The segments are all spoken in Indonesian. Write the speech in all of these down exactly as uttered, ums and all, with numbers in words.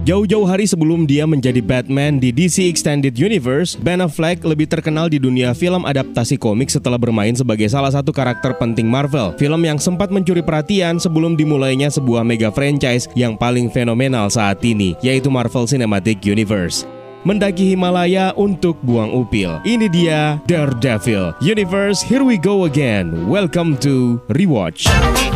Jauh-jauh hari sebelum dia menjadi Batman di D C Extended Universe, Ben Affleck lebih terkenal di dunia film adaptasi komik setelah bermain sebagai salah satu karakter penting Marvel. Film yang sempat mencuri perhatian sebelum dimulainya sebuah mega franchise yang paling fenomenal saat ini, yaitu Marvel Cinematic Universe. Mendaki Himalaya untuk buang upil. Ini dia Daredevil Universe, here we go again. Welcome to Rewatch.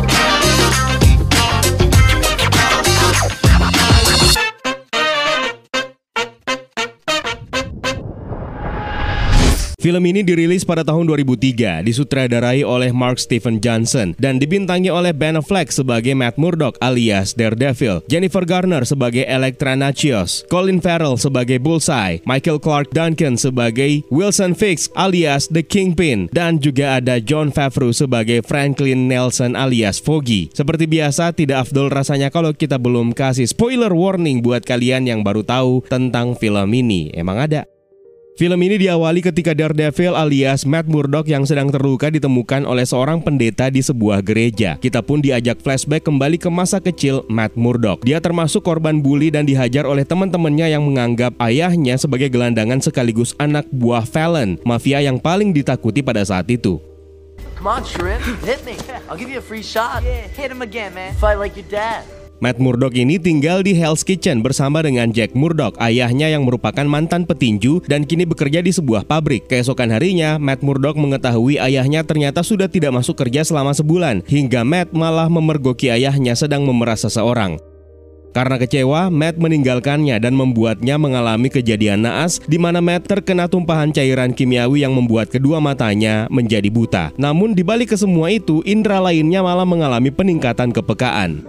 Film ini dirilis pada tahun dua ribu tiga, disutradarai oleh Mark Steven Johnson dan dibintangi oleh Ben Affleck sebagai Matt Murdock alias Daredevil, Jennifer Garner sebagai Elektra Natchios, Colin Farrell sebagai Bullseye, Michael Clarke Duncan sebagai Wilson Fisk alias The Kingpin, dan juga ada Jon Favreau sebagai Franklin Nelson alias Foggy. Seperti biasa, tidak afdol rasanya kalau kita belum kasih spoiler warning buat kalian yang baru tahu tentang film ini. Emang ada? Film ini diawali ketika Daredevil alias Matt Murdock yang sedang terluka ditemukan oleh seorang pendeta di sebuah gereja. Kita pun diajak flashback kembali ke masa kecil Matt Murdock. Dia termasuk korban bully dan dihajar oleh teman-temannya yang menganggap ayahnya sebagai gelandangan sekaligus anak buah Fallon, mafia yang paling ditakuti pada saat itu. Come on, Shrimp, hit me. I'll give you a free shot. Yeah, hit him again, man. Fight like your dad. Matt Murdock ini tinggal di Hell's Kitchen bersama dengan Jack Murdock, ayahnya yang merupakan mantan petinju dan kini bekerja di sebuah pabrik. Keesokan harinya, Matt Murdock mengetahui ayahnya ternyata sudah tidak masuk kerja selama sebulan, hingga Matt malah memergoki ayahnya sedang memeras seseorang. Karena kecewa, Matt meninggalkannya dan membuatnya mengalami kejadian naas di mana Matt terkena tumpahan cairan kimiawi yang membuat kedua matanya menjadi buta. Namun di balik ke semua itu, indera lainnya malah mengalami peningkatan kepekaan.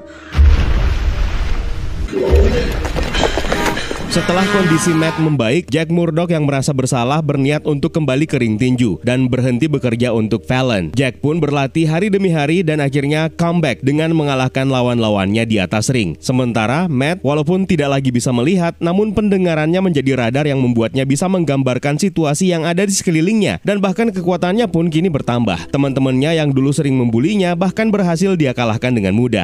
Setelah kondisi Matt membaik, Jack Murdock yang merasa bersalah berniat untuk kembali ke ring tinju dan berhenti bekerja untuk Fallon. Jack pun berlatih hari demi hari dan akhirnya comeback dengan mengalahkan lawan-lawannya di atas ring. Sementara Matt walaupun tidak lagi bisa melihat, namun pendengarannya menjadi radar yang membuatnya bisa menggambarkan situasi yang ada di sekelilingnya, dan bahkan kekuatannya pun kini bertambah. Teman-temannya yang dulu sering membulinya bahkan berhasil dia kalahkan dengan mudah.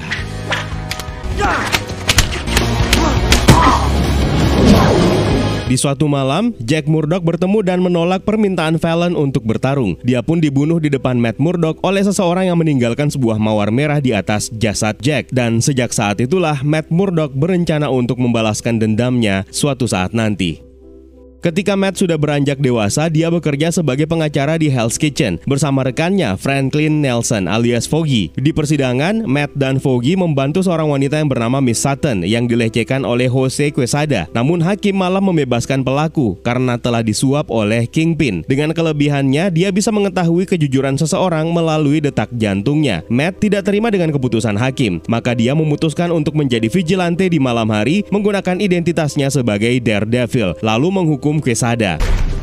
Di suatu malam, Jack Murdock bertemu dan menolak permintaan Fallon untuk bertarung. Dia pun dibunuh di depan Matt Murdock oleh seseorang yang meninggalkan sebuah mawar merah di atas jasad Jack. Dan sejak saat itulah Matt Murdock berencana untuk membalaskan dendamnya suatu saat nanti. Ketika Matt sudah beranjak dewasa, dia bekerja sebagai pengacara di Hell's Kitchen bersama rekannya Franklin Nelson alias Foggy. Di persidangan, Matt dan Foggy membantu seorang wanita yang bernama Miss Sutton yang dilecehkan oleh Jose Quesada. Namun hakim malah membebaskan pelaku karena telah disuap oleh Kingpin. Dengan kelebihannya, dia bisa mengetahui kejujuran seseorang melalui detak jantungnya. Matt tidak terima dengan keputusan hakim, maka dia memutuskan untuk menjadi vigilante di malam hari menggunakan identitasnya sebagai Daredevil, lalu menghukum Quesada.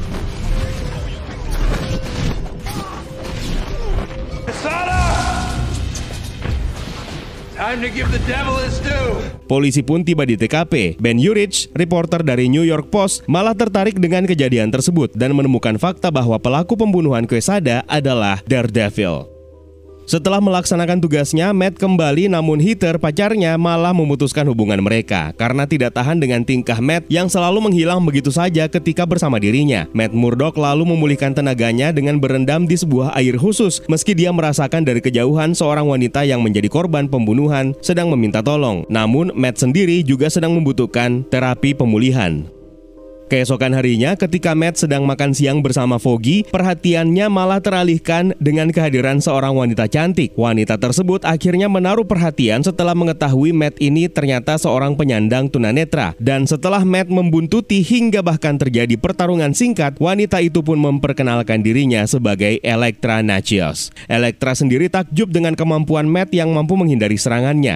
Polisi pun tiba di T K P. Ben Urich, reporter dari New York Post, malah tertarik dengan kejadian tersebut dan menemukan fakta bahwa pelaku pembunuhan Quesada adalah Daredevil. Setelah melaksanakan tugasnya, Matt kembali, namun Heather, pacarnya, malah memutuskan hubungan mereka karena tidak tahan dengan tingkah Matt yang selalu menghilang begitu saja ketika bersama dirinya. Matt Murdock lalu memulihkan tenaganya dengan berendam di sebuah air khusus, meski dia merasakan dari kejauhan seorang wanita yang menjadi korban pembunuhan sedang meminta tolong. Namun Matt sendiri juga sedang membutuhkan terapi pemulihan. Keesokan harinya, ketika Matt sedang makan siang bersama Foggy, perhatiannya malah teralihkan dengan kehadiran seorang wanita cantik. Wanita tersebut akhirnya menaruh perhatian setelah mengetahui Matt ini ternyata seorang penyandang tunanetra. Dan setelah Matt membuntuti hingga bahkan terjadi pertarungan singkat, wanita itu pun memperkenalkan dirinya sebagai Elektra Natchios. Elektra sendiri takjub dengan kemampuan Matt yang mampu menghindari serangannya.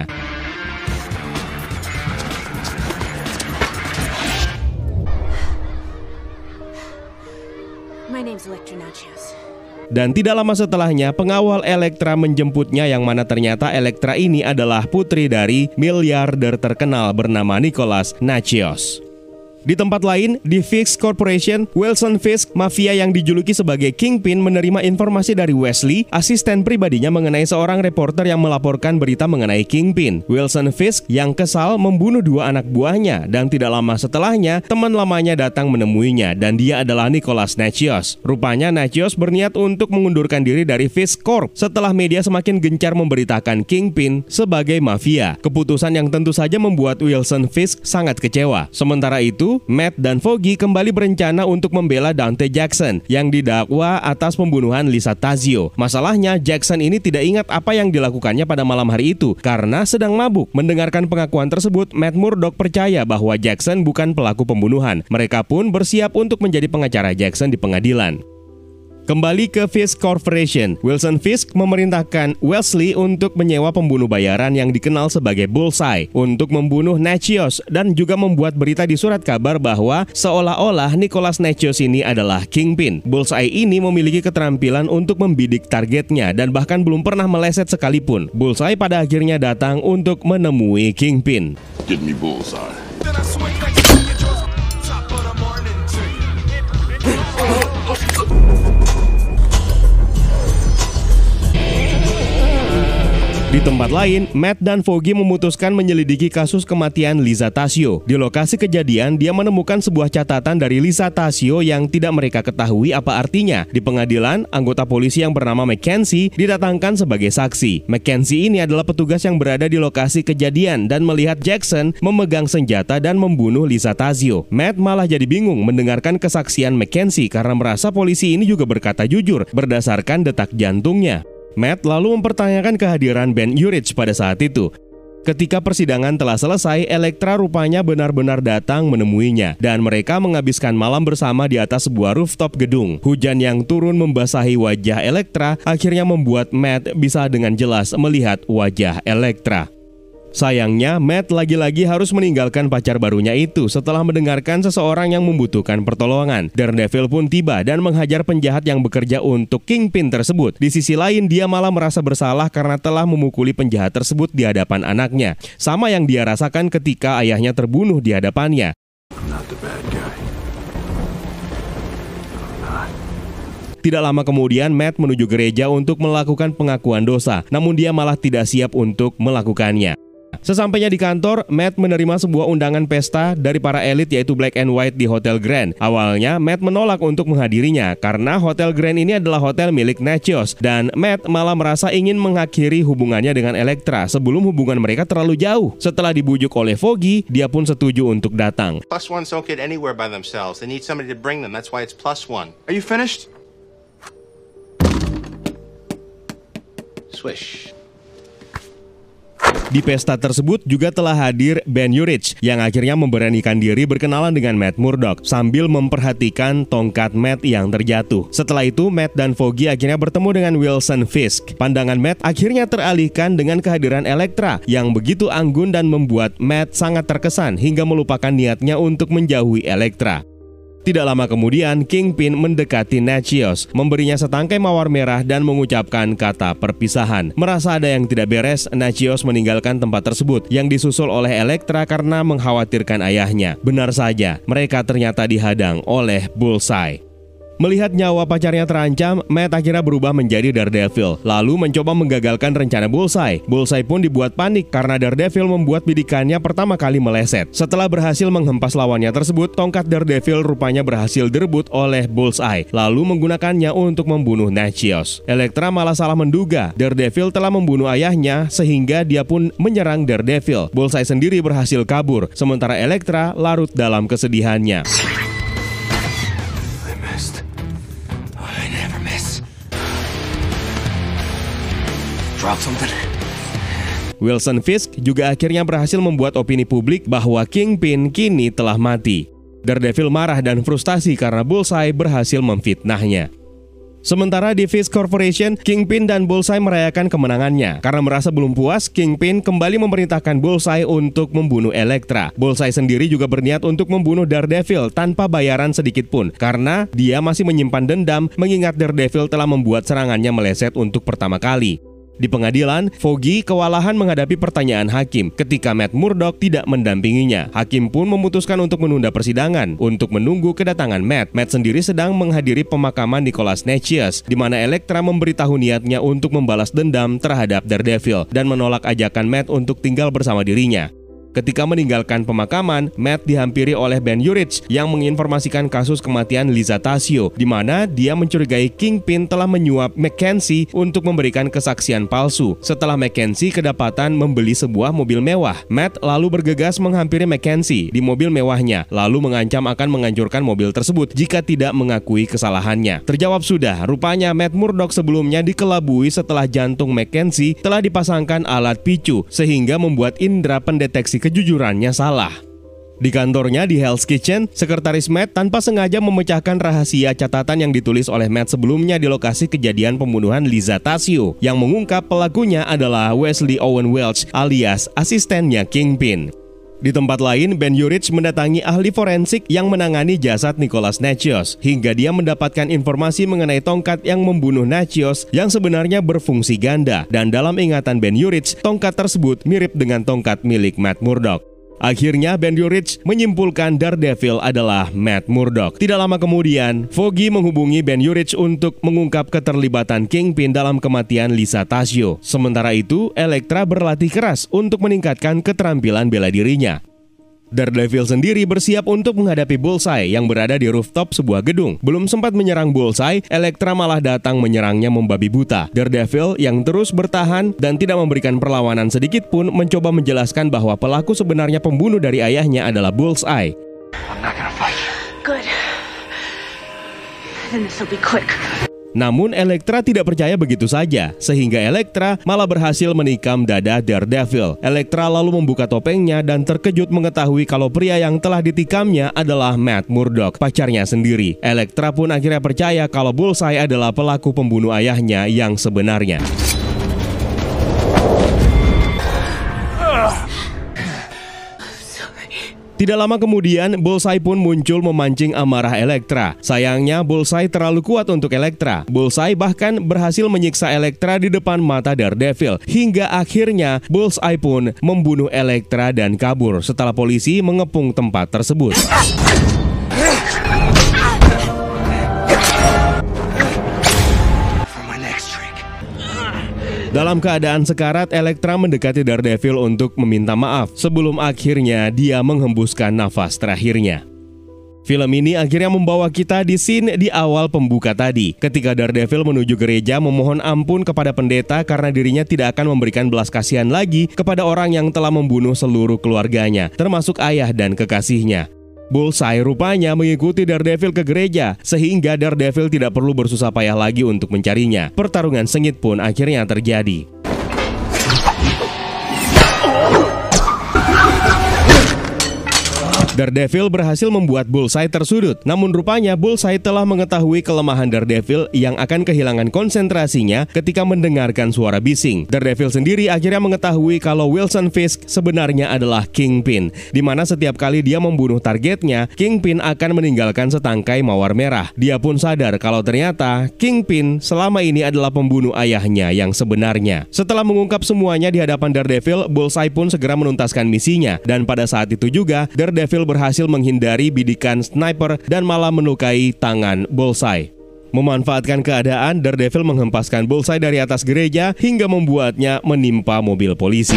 Dan tidak lama setelahnya, pengawal Elektra menjemputnya yang mana ternyata Elektra ini adalah putri dari miliarder terkenal bernama Nicholas Natchios. Di tempat lain, di Fisk Corporation, Wilson Fisk, mafia yang dijuluki sebagai Kingpin, menerima informasi dari Wesley, asisten pribadinya, mengenai seorang reporter yang melaporkan berita mengenai Kingpin. Wilson Fisk yang kesal membunuh dua anak buahnya, dan tidak lama setelahnya, teman lamanya datang menemuinya, dan dia adalah Nicholas Nachios. Rupanya Nachios berniat untuk mengundurkan diri dari Fisk Corp setelah media semakin gencar memberitakan Kingpin sebagai mafia. Keputusan yang tentu saja membuat Wilson Fisk sangat kecewa. Sementara itu, Matt dan Foggy kembali berencana untuk membela Dante Jackson yang didakwa atas pembunuhan Lisa Tazio. Masalahnya, Jackson ini tidak ingat apa yang dilakukannya pada malam hari itu karena sedang mabuk. Mendengarkan pengakuan tersebut, Matt Murdock percaya bahwa Jackson bukan pelaku pembunuhan. Mereka pun bersiap untuk menjadi pengacara Jackson di pengadilan. Kembali ke Fisk Corporation, Wilson Fisk memerintahkan Wesley untuk menyewa pembunuh bayaran yang dikenal sebagai Bullseye untuk membunuh Nachios dan juga membuat berita di surat kabar bahwa seolah-olah Nicholas Nachios ini adalah Kingpin. Bullseye ini memiliki keterampilan untuk membidik targetnya dan bahkan belum pernah meleset sekalipun. Bullseye pada akhirnya datang untuk menemui Kingpin. Give me Bullseye. Di tempat lain, Matt dan Foggy memutuskan menyelidiki kasus kematian Lisa Tazio. Di lokasi kejadian, dia menemukan sebuah catatan dari Lisa Tazio yang tidak mereka ketahui apa artinya. Di pengadilan, anggota polisi yang bernama Mackenzie didatangkan sebagai saksi. Mackenzie ini adalah petugas yang berada di lokasi kejadian dan melihat Jackson memegang senjata dan membunuh Lisa Tazio. Matt malah jadi bingung mendengarkan kesaksian Mackenzie karena merasa polisi ini juga berkata jujur berdasarkan detak jantungnya. Matt lalu mempertanyakan kehadiran Ben Urich pada saat itu. Ketika persidangan telah selesai, Elektra rupanya benar-benar datang menemuinya dan mereka menghabiskan malam bersama di atas sebuah rooftop gedung. Hujan yang turun membasahi wajah Elektra akhirnya membuat Matt bisa dengan jelas melihat wajah Elektra. Sayangnya, Matt lagi-lagi harus meninggalkan pacar barunya itu setelah mendengarkan seseorang yang membutuhkan pertolongan. Daredevil pun tiba dan menghajar penjahat yang bekerja untuk Kingpin tersebut. Di sisi lain, dia malah merasa bersalah karena telah memukuli penjahat tersebut di hadapan anaknya. Sama yang dia rasakan ketika ayahnya terbunuh di hadapannya. Tidak lama kemudian, Matt menuju gereja untuk melakukan pengakuan dosa, namun dia malah tidak siap untuk melakukannya. Sesampainya di kantor, Matt menerima sebuah undangan pesta dari para elit yaitu Black and White di Hotel Grand. Awalnya, Matt menolak untuk menghadirinya karena Hotel Grand ini adalah hotel milik Nachios dan Matt malah merasa ingin mengakhiri hubungannya dengan Elektra sebelum hubungan mereka terlalu jauh. Setelah dibujuk oleh Foggy, dia pun setuju untuk datang. Plus ones don't get anywhere by themselves. They need somebody to bring them. That's why it's plus one. Are you finished? Swish. Di pesta tersebut juga telah hadir Ben Urich yang akhirnya memberanikan diri berkenalan dengan Matt Murdock sambil memperhatikan tongkat Matt yang terjatuh. Setelah itu, Matt dan Foggy akhirnya bertemu dengan Wilson Fisk. Pandangan Matt akhirnya teralihkan dengan kehadiran Elektra yang begitu anggun dan membuat Matt sangat terkesan hingga melupakan niatnya untuk menjauhi Elektra. Tidak lama kemudian, Kingpin mendekati Nachios, memberinya setangkai mawar merah dan mengucapkan kata perpisahan. Merasa ada yang tidak beres, Nachios meninggalkan tempat tersebut yang disusul oleh Elektra karena mengkhawatirkan ayahnya. Benar saja, mereka ternyata dihadang oleh Bullseye. Melihat nyawa pacarnya terancam, Matt akhirnya berubah menjadi Daredevil, lalu mencoba menggagalkan rencana Bullseye. Bullseye pun dibuat panik karena Daredevil membuat bidikannya pertama kali meleset. Setelah berhasil menghempas lawannya tersebut, tongkat Daredevil rupanya berhasil direbut oleh Bullseye, lalu menggunakannya untuk membunuh Nachios. Elektra malah salah menduga Daredevil telah membunuh ayahnya sehingga dia pun menyerang Daredevil. Bullseye sendiri berhasil kabur, sementara Elektra larut dalam kesedihannya. Wilson Fisk juga akhirnya berhasil membuat opini publik bahwa Kingpin kini telah mati. Daredevil marah dan frustasi karena Bullseye berhasil memfitnahnya. Sementara di Fisk Corporation, Kingpin dan Bullseye merayakan kemenangannya. Karena merasa belum puas, Kingpin kembali memerintahkan Bullseye untuk membunuh Elektra. Bullseye sendiri juga berniat untuk membunuh Daredevil tanpa bayaran sedikit pun, karena dia masih menyimpan dendam mengingat Daredevil telah membuat serangannya meleset untuk pertama kali. Di pengadilan, Foggy kewalahan menghadapi pertanyaan hakim ketika Matt Murdock tidak mendampinginya. Hakim pun memutuskan untuk menunda persidangan untuk menunggu kedatangan Matt. Matt sendiri sedang menghadiri pemakaman Nicholas Natchius, di mana Elektra memberitahu niatnya untuk membalas dendam terhadap Daredevil dan menolak ajakan Matt untuk tinggal bersama dirinya. Ketika meninggalkan pemakaman, Matt dihampiri oleh Ben Urich yang menginformasikan kasus kematian Liza Tasio, di mana dia mencurigai Kingpin telah menyuap Mackenzie untuk memberikan kesaksian palsu. Setelah Mackenzie kedapatan membeli sebuah mobil mewah, Matt lalu bergegas menghampiri Mackenzie di mobil mewahnya, lalu mengancam akan menghancurkan mobil tersebut jika tidak mengakui kesalahannya. Terjawab sudah, rupanya Matt Murdock sebelumnya dikelabui setelah jantung Mackenzie telah dipasangkan alat picu, sehingga membuat indera pendeteksi kejujurannya salah. Di kantornya di Hell's Kitchen, sekretaris Matt tanpa sengaja memecahkan rahasia catatan yang ditulis oleh Matt sebelumnya di lokasi kejadian pembunuhan Liza Tasio, yang mengungkap pelakunya adalah Wesley Owen Welch alias asistennya Kingpin. Di tempat lain, Ben Urich mendatangi ahli forensik yang menangani jasad Nicholas Natchius, hingga dia mendapatkan informasi mengenai tongkat yang membunuh Natchius yang sebenarnya berfungsi ganda, dan dalam ingatan Ben Urich, tongkat tersebut mirip dengan tongkat milik Matt Murdock. Akhirnya Ben Urich menyimpulkan Daredevil adalah Matt Murdock. Tidak lama kemudian, Foggy menghubungi Ben Urich untuk mengungkap keterlibatan Kingpin dalam kematian Liza Tasio. Sementara itu, Elektra berlatih keras untuk meningkatkan keterampilan bela dirinya. Daredevil sendiri bersiap untuk menghadapi Bullseye yang berada di rooftop sebuah gedung. Belum sempat menyerang Bullseye, Elektra malah datang menyerangnya membabi buta. Daredevil yang terus bertahan dan tidak memberikan perlawanan sedikit pun mencoba menjelaskan bahwa pelaku sebenarnya pembunuh dari ayahnya adalah Bullseye. I'm not gonna fight. Good. Then this will be quick. Namun Elektra tidak percaya begitu saja, sehingga Elektra malah berhasil menikam dada Daredevil. Elektra lalu membuka topengnya dan terkejut mengetahui kalau pria yang telah ditikamnya adalah Matt Murdock, pacarnya sendiri. Elektra pun akhirnya percaya kalau Bullseye adalah pelaku pembunuh ayahnya yang sebenarnya. Tidak lama kemudian, Bullseye pun muncul memancing amarah Elektra. Sayangnya, Bullseye terlalu kuat untuk Elektra. Bullseye bahkan berhasil menyiksa Elektra di depan mata Daredevil. Hingga akhirnya, Bullseye pun membunuh Elektra dan kabur setelah polisi mengepung tempat tersebut. Dalam keadaan sekarat, Elektra mendekati Daredevil untuk meminta maaf sebelum akhirnya dia menghembuskan nafas terakhirnya. Film ini akhirnya membawa kita di scene di awal pembuka tadi, ketika Daredevil menuju gereja memohon ampun kepada pendeta karena dirinya tidak akan memberikan belas kasihan lagi kepada orang yang telah membunuh seluruh keluarganya, termasuk ayah dan kekasihnya. Bullseye rupanya mengikuti Daredevil ke gereja, sehingga Daredevil tidak perlu bersusah payah lagi untuk mencarinya. Pertarungan sengit pun akhirnya terjadi. Daredevil berhasil membuat Bullseye tersudut, namun rupanya Bullseye telah mengetahui kelemahan Daredevil yang akan kehilangan konsentrasinya ketika mendengarkan suara bising. Daredevil sendiri akhirnya mengetahui kalau Wilson Fisk sebenarnya adalah Kingpin, di mana setiap kali dia membunuh targetnya, Kingpin akan meninggalkan setangkai mawar merah. Dia pun sadar kalau ternyata Kingpin selama ini adalah pembunuh ayahnya yang sebenarnya. Setelah mengungkap semuanya di hadapan Daredevil, Bullseye pun segera menuntaskan misinya, dan pada saat itu juga Daredevil berhasil menghindari bidikan sniper dan malah melukai tangan Bullseye. Memanfaatkan keadaan, Daredevil menghempaskan Bullseye dari atas gereja hingga membuatnya menimpa mobil polisi.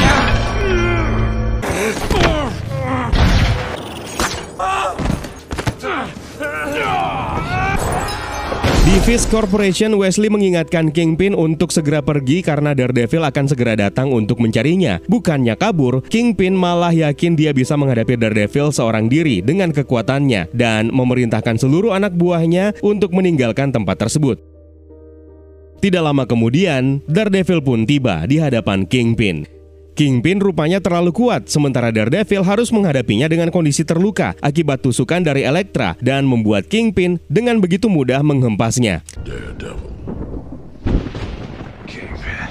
Di Fisk Corporation, Wesley mengingatkan Kingpin untuk segera pergi karena Daredevil akan segera datang untuk mencarinya. Bukannya kabur, Kingpin malah yakin dia bisa menghadapi Daredevil seorang diri dengan kekuatannya dan memerintahkan seluruh anak buahnya untuk meninggalkan tempat tersebut. Tidak lama kemudian, Daredevil pun tiba di hadapan Kingpin. Kingpin rupanya terlalu kuat, sementara Daredevil harus menghadapinya dengan kondisi terluka akibat tusukan dari Elektra dan membuat Kingpin dengan begitu mudah menghempasnya. Daredevil. Kingpin.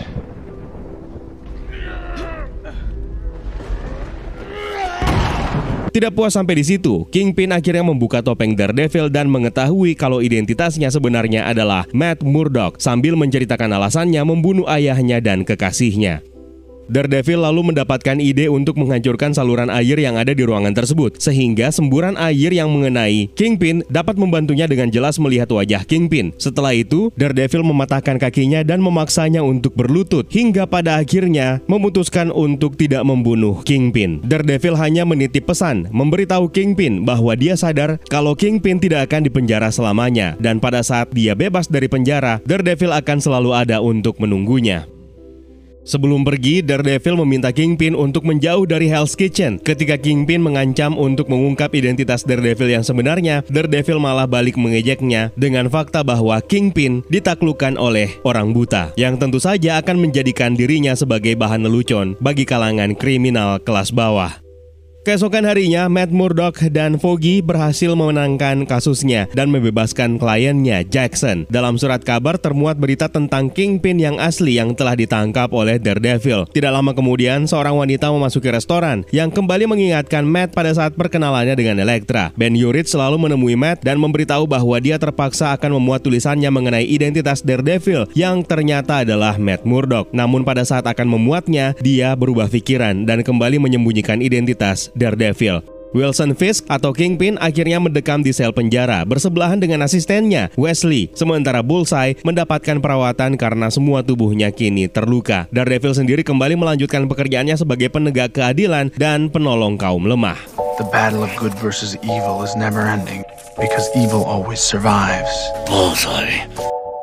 Tidak puas sampai di situ, Kingpin akhirnya membuka topeng Daredevil dan mengetahui kalau identitasnya sebenarnya adalah Matt Murdock sambil menceritakan alasannya membunuh ayahnya dan kekasihnya. Daredevil lalu mendapatkan ide untuk menghancurkan saluran air yang ada di ruangan tersebut, sehingga semburan air yang mengenai Kingpin dapat membantunya dengan jelas melihat wajah Kingpin. Setelah itu, Daredevil mematahkan kakinya dan memaksanya untuk berlutut, hingga pada akhirnya memutuskan untuk tidak membunuh Kingpin. Daredevil hanya menitip pesan, memberitahu Kingpin bahwa dia sadar kalau Kingpin tidak akan dipenjara selamanya, dan pada saat dia bebas dari penjara, Daredevil akan selalu ada untuk menunggunya. Sebelum pergi, Daredevil meminta Kingpin untuk menjauh dari Hell's Kitchen. Ketika Kingpin mengancam untuk mengungkap identitas Daredevil yang sebenarnya, Daredevil malah balik mengejeknya dengan fakta bahwa Kingpin ditaklukkan oleh orang buta, yang tentu saja akan menjadikan dirinya sebagai bahan lelucon bagi kalangan kriminal kelas bawah. Keesokan harinya, Matt Murdock dan Foggy berhasil memenangkan kasusnya dan membebaskan kliennya, Jackson. Dalam surat kabar termuat berita tentang Kingpin yang asli yang telah ditangkap oleh Daredevil. Tidak lama kemudian, seorang wanita memasuki restoran yang kembali mengingatkan Matt pada saat perkenalannya dengan Elektra. Ben Urich selalu menemui Matt dan memberitahu bahwa dia terpaksa akan memuat tulisannya mengenai identitas Daredevil yang ternyata adalah Matt Murdock. Namun pada saat akan memuatnya, dia berubah pikiran dan kembali menyembunyikan identitas Daredevil. Wilson Fisk atau Kingpin akhirnya mendekam di sel penjara bersebelahan dengan asistennya, Wesley. Sementara Bullseye mendapatkan perawatan karena semua tubuhnya kini terluka. Daredevil sendiri kembali melanjutkan pekerjaannya sebagai penegak keadilan dan penolong kaum lemah. The battle of good versus evil is never ending because evil always survives. Bullseye.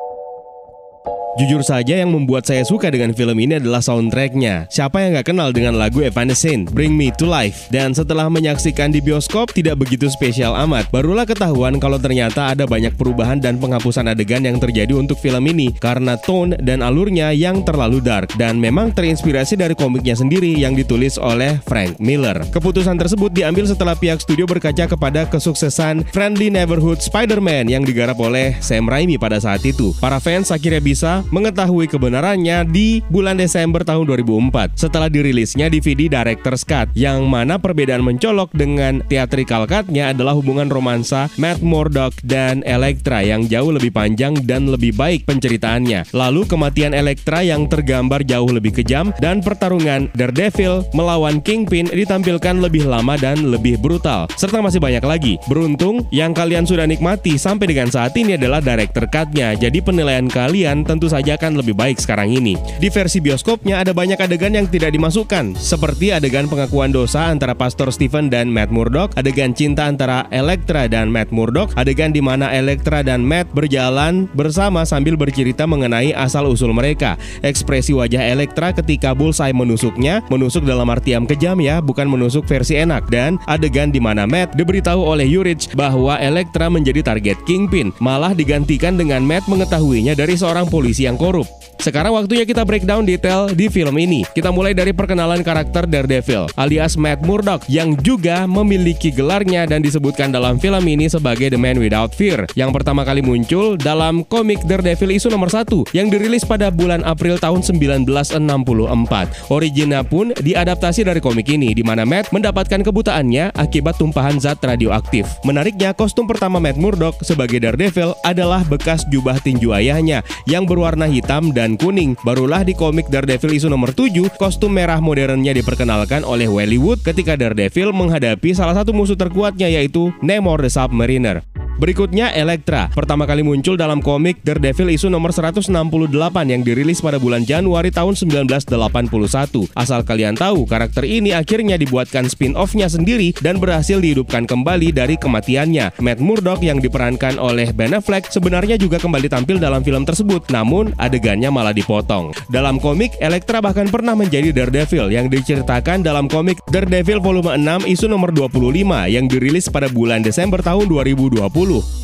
Jujur saja yang membuat saya suka dengan film ini adalah soundtracknya. Siapa yang gak kenal dengan lagu Evanescence, Bring Me to Life? Dan setelah menyaksikan di bioskop tidak begitu spesial amat. Barulah ketahuan kalau ternyata ada banyak perubahan dan penghapusan adegan yang terjadi untuk film ini karena tone dan alurnya yang terlalu dark dan memang terinspirasi dari komiknya sendiri yang ditulis oleh Frank Miller. Keputusan tersebut diambil setelah pihak studio berkaca kepada kesuksesan Friendly Neighborhood Spider-Man yang digarap oleh Sam Raimi pada saat itu. Para fans akhirnya bisa mengetahui kebenarannya di bulan Desember tahun dua ribu empat setelah dirilisnya D V D Director's Cut, yang mana perbedaan mencolok dengan theatrical cut-nya adalah hubungan romansa Matt Murdock dan Elektra yang jauh lebih panjang dan lebih baik penceritaannya. Lalu kematian Elektra yang tergambar jauh lebih kejam dan pertarungan Daredevil melawan Kingpin ditampilkan lebih lama dan lebih brutal, serta masih banyak lagi. Beruntung yang kalian sudah nikmati sampai dengan saat ini adalah director cut-nya, jadi penilaian kalian tentu saja akan lebih baik sekarang ini. Di versi bioskopnya ada banyak adegan yang tidak dimasukkan, seperti adegan pengakuan dosa antara Pastor Stephen dan Matt Murdock, adegan cinta antara Elektra dan Matt Murdock, adegan di mana Elektra dan Matt berjalan bersama sambil bercerita mengenai asal-usul mereka, ekspresi wajah Elektra ketika Bullseye menusuknya, menusuk dalam arti yang kejam ya, bukan menusuk versi enak, dan adegan di mana Matt diberitahu oleh Urich bahwa Elektra menjadi target Kingpin, malah digantikan dengan Matt mengetahuinya dari seorang polisi yang korup. Sekarang waktunya kita breakdown detail di film ini. Kita mulai dari perkenalan karakter Daredevil alias Matt Murdock yang juga memiliki gelarnya dan disebutkan dalam film ini sebagai The Man Without Fear, yang pertama kali muncul dalam komik Daredevil isu nomor satu yang dirilis pada bulan April tahun sembilan belas enam puluh empat. Originnya pun diadaptasi dari komik ini, di mana Matt mendapatkan kebutaannya akibat tumpahan zat radioaktif. Menariknya, kostum pertama Matt Murdock sebagai Daredevil adalah bekas jubah tinju ayahnya yang berwarna hitam dan kuning. Barulah di komik Daredevil isu nomor tujuh, kostum merah modernnya diperkenalkan oleh Wally Wood ketika Daredevil menghadapi salah satu musuh terkuatnya, yaitu Namor the Submariner. Berikutnya Elektra, pertama kali muncul dalam komik Daredevil isu nomor seratus enam puluh delapan yang dirilis pada bulan Januari tahun sembilan belas delapan puluh satu. Asal kalian tahu, karakter ini akhirnya dibuatkan spin-off-nya sendiri dan berhasil dihidupkan kembali dari kematiannya. Matt Murdock yang diperankan oleh Ben Affleck sebenarnya juga kembali tampil dalam film tersebut, namun adegannya malah dipotong. Dalam komik, Elektra bahkan pernah menjadi Daredevil yang diceritakan dalam komik Daredevil volume enam isu nomor dua puluh lima yang dirilis pada bulan Desember tahun dua ribu dua puluh.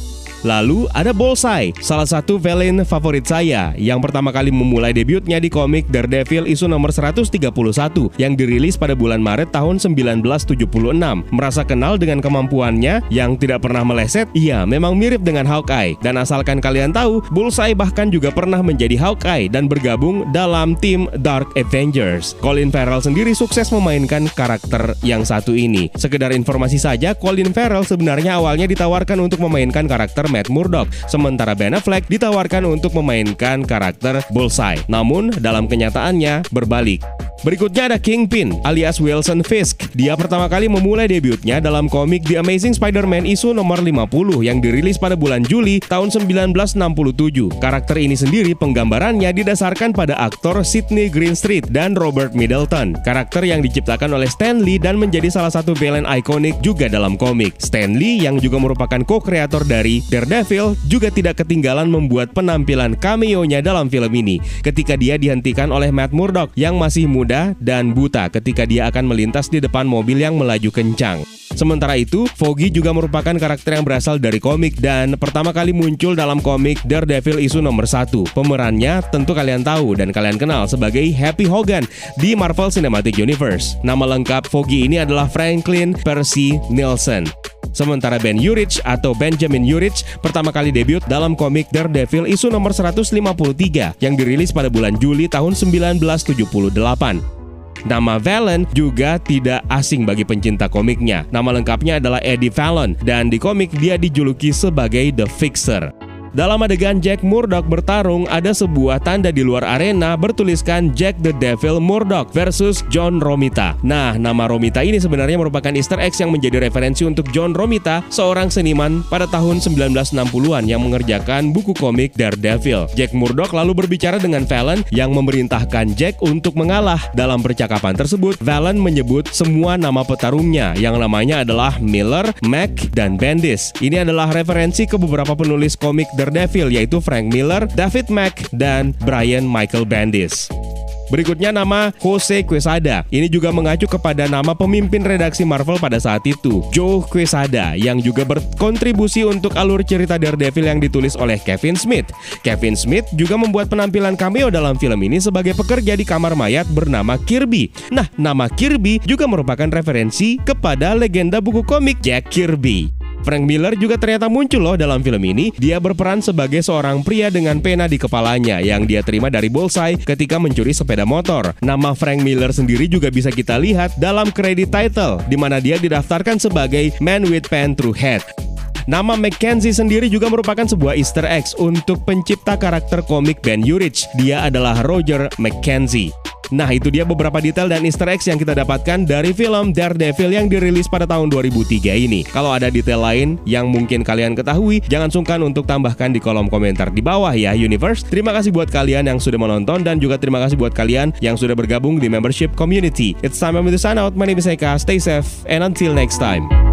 Lalu ada Bullseye, salah satu villain favorit saya yang pertama kali memulai debutnya di komik Daredevil isu nomor seratus tiga puluh satu yang dirilis pada bulan Maret tahun sembilan belas tujuh puluh enam. Merasa kenal dengan kemampuannya yang tidak pernah meleset? Iya, memang mirip dengan Hawkeye. Dan asalkan kalian tahu, Bullseye bahkan juga pernah menjadi Hawkeye dan bergabung dalam tim Dark Avengers. Colin Farrell sendiri sukses memainkan karakter yang satu ini. Sekedar informasi saja, Colin Farrell sebenarnya awalnya ditawarkan untuk memainkan karakter Matt Murdock, sementara Ben Affleck ditawarkan untuk memainkan karakter Bullseye. Namun, dalam kenyataannya berbalik. Berikutnya ada Kingpin alias Wilson Fisk. Dia pertama kali memulai debutnya dalam komik The Amazing Spider-Man isu nomor lima puluh yang dirilis pada bulan Juli tahun sembilan belas enam puluh tujuh. Karakter ini sendiri penggambarannya didasarkan pada aktor Sidney Greenstreet dan Robert Middleton. Karakter yang diciptakan oleh Stan Lee dan menjadi salah satu villain ikonik juga dalam komik. Stan Lee yang juga merupakan co-kreator dari Daredevil juga tidak ketinggalan membuat penampilan cameo-nya dalam film ini ketika dia dihentikan oleh Matt Murdock yang masih muda dan buta ketika dia akan melintas di depan mobil yang melaju kencang. Sementara itu, Foggy juga merupakan karakter yang berasal dari komik dan pertama kali muncul dalam komik Daredevil isu nomor satu. Pemerannya tentu kalian tahu dan kalian kenal sebagai Happy Hogan di Marvel Cinematic Universe. Nama lengkap Foggy ini adalah Franklin Percy Nielsen. Sementara Ben Urich atau Benjamin Urich pertama kali debut dalam komik Daredevil isu nomor seratus lima puluh tiga yang dirilis pada bulan Juli tahun sembilan belas tujuh puluh delapan. Nama Vallon juga tidak asing bagi pencinta komiknya. Nama lengkapnya adalah Eddie Fallon dan di komik dia dijuluki sebagai The Fixer. Dalam adegan Jack Murdock bertarung, ada sebuah tanda di luar arena bertuliskan Jack the Devil Murdock versus John Romita. Nah, nama Romita ini sebenarnya merupakan Easter egg yang menjadi referensi untuk John Romita, seorang seniman pada tahun sembilan belas enam puluhan yang mengerjakan buku komik Daredevil. Jack Murdock lalu berbicara dengan Fallon yang memerintahkan Jack untuk mengalah. Dalam percakapan tersebut, Fallon menyebut semua nama petarungnya yang namanya adalah Miller, Mack, dan Bendis. Ini adalah referensi ke beberapa penulis komik Daredevil yaitu Frank Miller, David Mack, dan Brian Michael Bendis. Berikutnya nama Jose Quesada. Ini juga mengacu kepada nama pemimpin redaksi Marvel pada saat itu, Joe Quesada, yang juga berkontribusi untuk alur cerita Daredevil yang ditulis oleh Kevin Smith. Kevin Smith juga membuat penampilan cameo dalam film ini sebagai pekerja di kamar mayat bernama Kirby. Nah, nama Kirby juga merupakan referensi kepada legenda buku komik Jack Kirby. Frank Miller juga ternyata muncul loh dalam film ini. Dia berperan sebagai seorang pria dengan pena di kepalanya yang dia terima dari Bullseye ketika mencuri sepeda motor. Nama Frank Miller sendiri juga bisa kita lihat dalam credit title, di mana dia didaftarkan sebagai Man with Pen Through Head. Nama Mackenzie sendiri juga merupakan sebuah Easter egg untuk pencipta karakter komik Ben Urich. Dia adalah Roger Mackenzie. Nah, itu dia beberapa detail dan Easter eggs yang kita dapatkan dari film Daredevil yang dirilis pada tahun dua ribu tiga ini. Kalau ada detail lain yang mungkin kalian ketahui, jangan sungkan untuk tambahkan di kolom komentar di bawah ya, Universe. Terima kasih buat kalian yang sudah menonton dan juga terima kasih buat kalian yang sudah bergabung di membership community. It's time for me to sign out. My name is Eka. Stay safe and until next time.